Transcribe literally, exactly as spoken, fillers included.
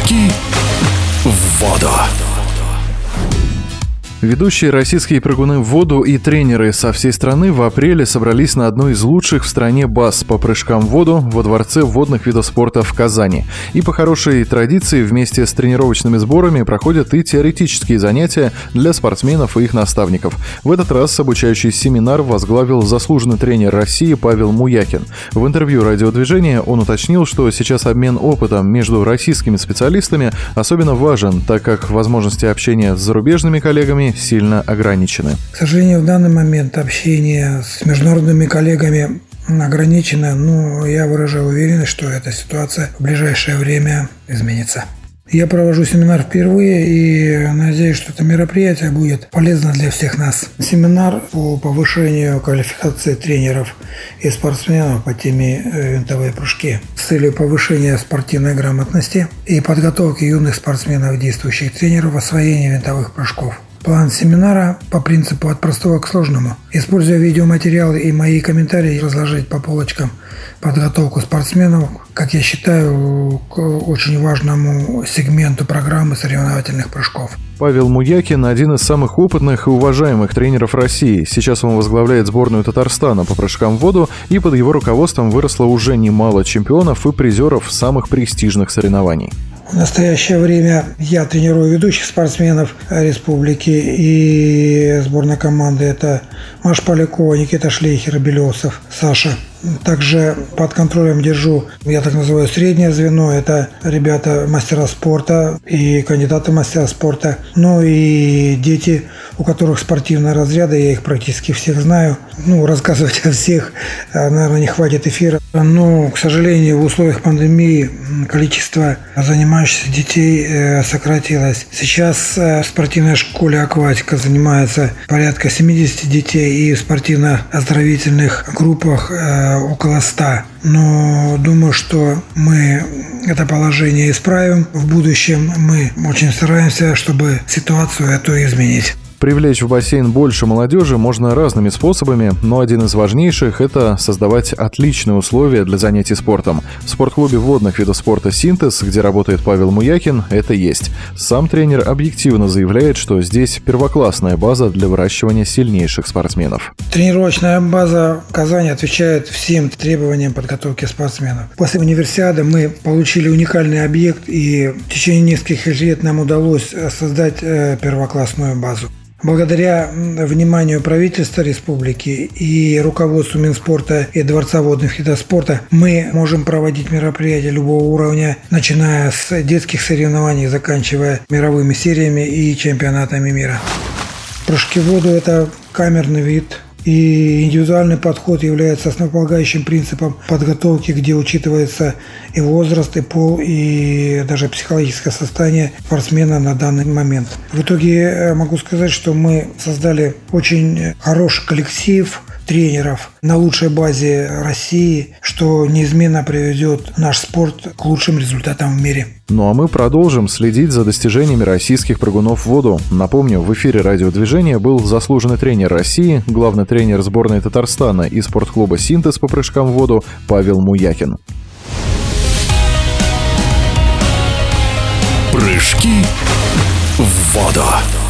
Прыжки в воду. Ведущие российские прыгуны в воду и тренеры со всей страны в апреле собрались на одной из лучших в стране баз по прыжкам в воду во Дворце водных видов спорта в Казани. И по хорошей традиции вместе с тренировочными сборами проходят и теоретические занятия для спортсменов и их наставников. В этот раз обучающий семинар возглавил заслуженный тренер России Павел Муякин. В интервью «Радиодвижения» он уточнил, что сейчас обмен опытом между российскими специалистами особенно важен, так как возможности общения с зарубежными коллегами сильно ограничены. К сожалению, в данный момент общение с международными коллегами ограничено, но я выражаю уверенность, что эта ситуация в ближайшее время изменится. Я провожу семинар впервые и надеюсь, что это мероприятие будет полезно для всех нас. Семинар по повышению квалификации тренеров и спортсменов по теме винтовые прыжки с целью повышения спортивной грамотности и подготовки юных спортсменов, действующих тренеров в освоении винтовых прыжков. План семинара по принципу «от простого к сложному». Используя видеоматериалы и мои комментарии, разложить по полочкам подготовку спортсменов, как я считаю, к очень важному сегменту программы соревновательных прыжков. Павел Муякин – один из самых опытных и уважаемых тренеров России. Сейчас он возглавляет сборную Татарстана по прыжкам в воду, и под его руководством выросло уже немало чемпионов и призеров самых престижных соревнований. В настоящее время я тренирую ведущих спортсменов республики и сборной команды. Это Маша Полякова, Никита Шлейхер, Белесов, Саша. Также под контролем держу, я так называю, среднее звено. Это ребята мастера спорта и кандидаты в мастера спорта. Ну и дети, у которых спортивные разряды, я их практически всех знаю. Ну, рассказывать о всех, наверное, не хватит эфира. Но, к сожалению, в условиях пандемии количество занимающихся детей сократилось. Сейчас в спортивной школе «Акватика» занимается порядка семьдесят детей и в спортивно-оздоровительных группах около ста. Но думаю, что мы это положение исправим. В будущем мы очень стараемся, чтобы ситуацию эту изменить. Привлечь в бассейн больше молодежи можно разными способами, но один из важнейших – это создавать отличные условия для занятий спортом. В спортклубе водных видов спорта «Синтез», где работает Павел Муякин, это есть. Сам тренер объективно заявляет, что здесь первоклассная база для выращивания сильнейших спортсменов. Тренировочная база в Казани отвечает всем требованиям подготовки спортсменов. После универсиады мы получили уникальный объект, и в течение нескольких лет нам удалось создать первоклассную базу. Благодаря вниманию правительства республики и руководству Минспорта и Дворца водных видов спорта мы можем проводить мероприятия любого уровня, начиная с детских соревнований, заканчивая мировыми сериями и чемпионатами мира. Прыжки в воду – это камерный вид. И индивидуальный подход является основополагающим принципом подготовки, где учитывается и возраст, и пол, и даже психологическое состояние спортсмена на данный момент. В итоге могу сказать, что мы создали очень хороший коллектив тренеров на лучшей базе России, что неизменно приведет наш спорт к лучшим результатам в мире. Ну а мы продолжим следить за достижениями российских прыгунов в воду. Напомню, в эфире «Радиодвижения» был заслуженный тренер России, главный тренер сборной Татарстана и спортклуба «Синтез» по прыжкам в воду Павел Муякин. Прыжки в воду.